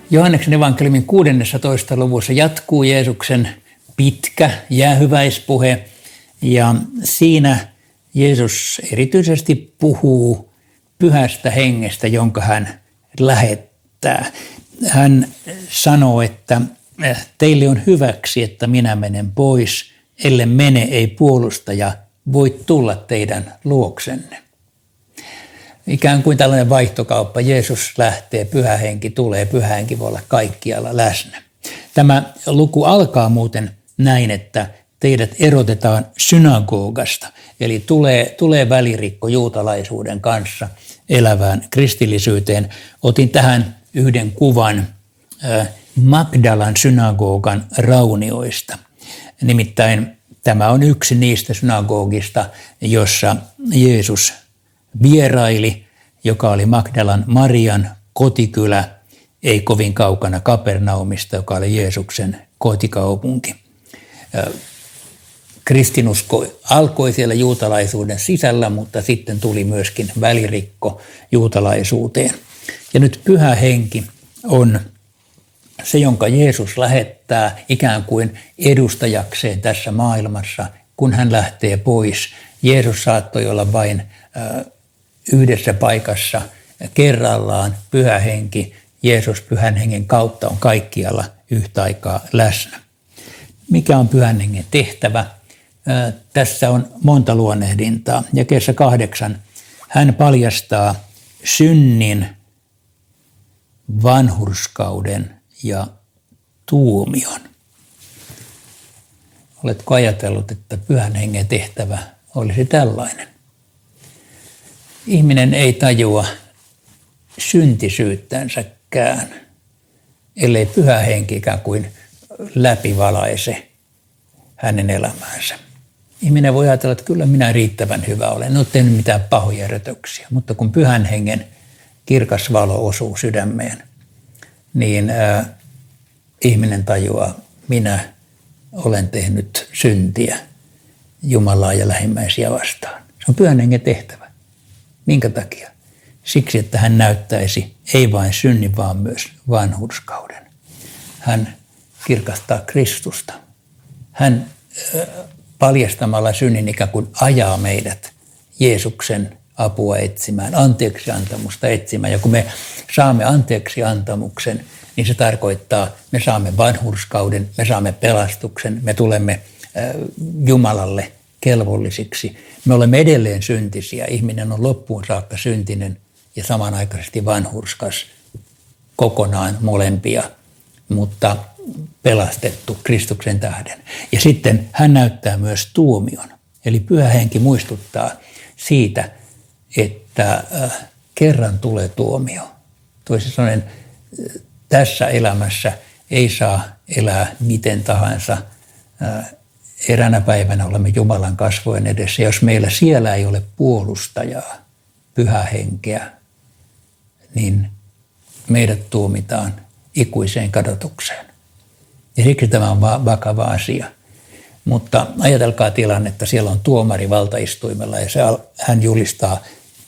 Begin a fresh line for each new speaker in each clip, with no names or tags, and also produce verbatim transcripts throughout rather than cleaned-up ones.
Johanneksen evankeliumin kuudennessatoista luvussa jatkuu Jeesuksen pitkä jäähyväispuhe ja siinä Jeesus erityisesti puhuu pyhästä hengestä, jonka hän lähettää. Hän sanoo, että teille on hyväksi, että minä menen pois, ellei mene, ei puolustaja voi tulla teidän luoksenne. Ikään kuin tällainen vaihtokauppa. Jeesus lähtee, pyhä henki tulee, pyhä henki voi olla kaikkialla läsnä. Tämä luku alkaa muuten näin, että teidät erotetaan synagogasta, eli tulee, tulee välirikko juutalaisuuden kanssa elävään kristillisyyteen. Otin tähän yhden kuvan äh, Magdalan synagogan raunioista. Nimittäin tämä on yksi niistä synagogista, jossa Jeesus vieraili, joka oli Magdalan Marian kotikylä, ei kovin kaukana Kapernaumista, joka oli Jeesuksen kotikaupunki. Kristinusko alkoi siellä juutalaisuuden sisällä, mutta sitten tuli myöskin välirikko juutalaisuuteen. Ja nyt pyhä henki on se, jonka Jeesus lähettää ikään kuin edustajakseen tässä maailmassa, kun hän lähtee pois. Jeesus saattoi olla vain yhdessä paikassa kerrallaan. Pyhä henki, Jeesus pyhän hengen kautta on kaikkialla yhtä aikaa läsnä. Mikä on pyhän hengen tehtävä? Tässä on monta luonnehdintaa. Jakeessa kahdeksan hän paljastaa synnin, vanhurskauden ja tuomion. Oletko ajatellut, että pyhän hengen tehtävä olisi tällainen? Ihminen ei tajua syntisyyttänsäkään, ellei pyhä henki ikään kuin läpivalaise hänen elämäänsä. Ihminen voi ajatella, että kyllä minä riittävän hyvä olen, en ole tehnyt mitään pahoja rötöksiä, mutta kun pyhän hengen kirkas valo osuu sydämeen, niin äh, ihminen tajuaa, minä olen tehnyt syntiä Jumalaa ja lähimmäisiä vastaan. Se on pyhän hengen tehtävä. Minkä takia? Siksi, että hän näyttäisi ei vain synnin, vaan myös vanhurskauden. Hän kirkastaa Kristusta. Hän äh, paljastamalla synnin ikään kuin ajaa meidät Jeesuksen apua etsimään, anteeksiantamusta etsimään. Ja kun me saamme anteeksiantamuksen, niin se tarkoittaa, me saamme vanhurskauden, me saamme pelastuksen, me tulemme äh, Jumalalle kelvollisiksi. Me olemme edelleen syntisiä. Ihminen on loppuun saakka syntinen ja samanaikaisesti vanhurskas, kokonaan molempia, mutta pelastettu Kristuksen tähden. Ja sitten hän näyttää myös tuomion. Eli pyhä henki muistuttaa siitä, että kerran tulee tuomio. Toisin sanoen tässä elämässä ei saa elää miten tahansa. Eräänä päivänä olemme Jumalan kasvojen edessä. Jos meillä siellä ei ole puolustajaa, pyhää henkeä, niin meidät tuomitaan ikuiseen kadotukseen. Ja siksi tämä on vakava asia. Mutta ajatelkaa tilannetta, siellä on tuomari valtaistuimella ja se, hän julistaa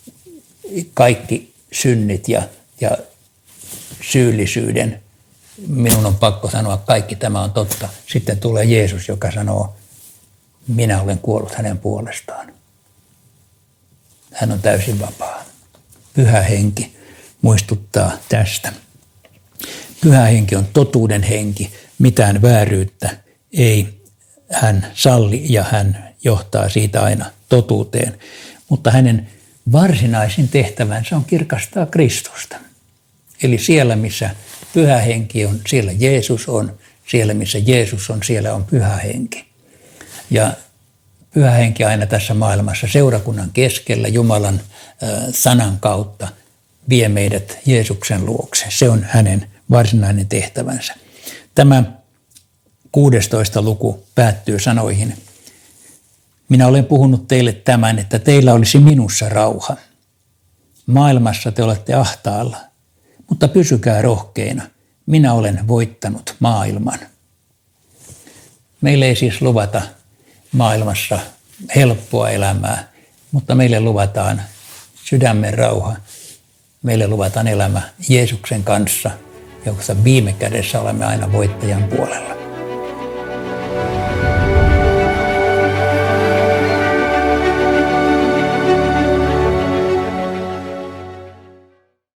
kaikki synnit ja, ja syyllisyyden. Minun on pakko sanoa, kaikki tämä on totta. Sitten tulee Jeesus, joka sanoo, minä olen kuollut hänen puolestaan. Hän on täysin vapaa. Pyhä henki muistuttaa tästä. Pyhä henki on totuuden henki, mitään vääryyttä ei hän salli ja hän johtaa siitä aina totuuteen. Mutta hänen varsinaisin tehtävänsä on kirkastaa Kristusta. Eli siellä, missä pyhä henki on, siellä Jeesus on. Siellä, missä Jeesus on, siellä on pyhä henki. Ja pyhä henki aina tässä maailmassa seurakunnan keskellä Jumalan äh, sanan kautta vie meidät Jeesuksen luokse. Se on hänen varsinainen tehtävänsä. Tämä kuudestoista luku päättyy sanoihin. Minä olen puhunut teille tämän, että teillä olisi minussa rauha. Maailmassa te olette ahtaalla, mutta pysykää rohkeina. Minä olen voittanut maailman. Meille ei siis luvata maailmassa helppoa elämää, mutta meille luvataan sydämen rauha. Meille luvataan elämä Jeesuksen kanssa jossa viime kädessä olemme aina voittajan puolella.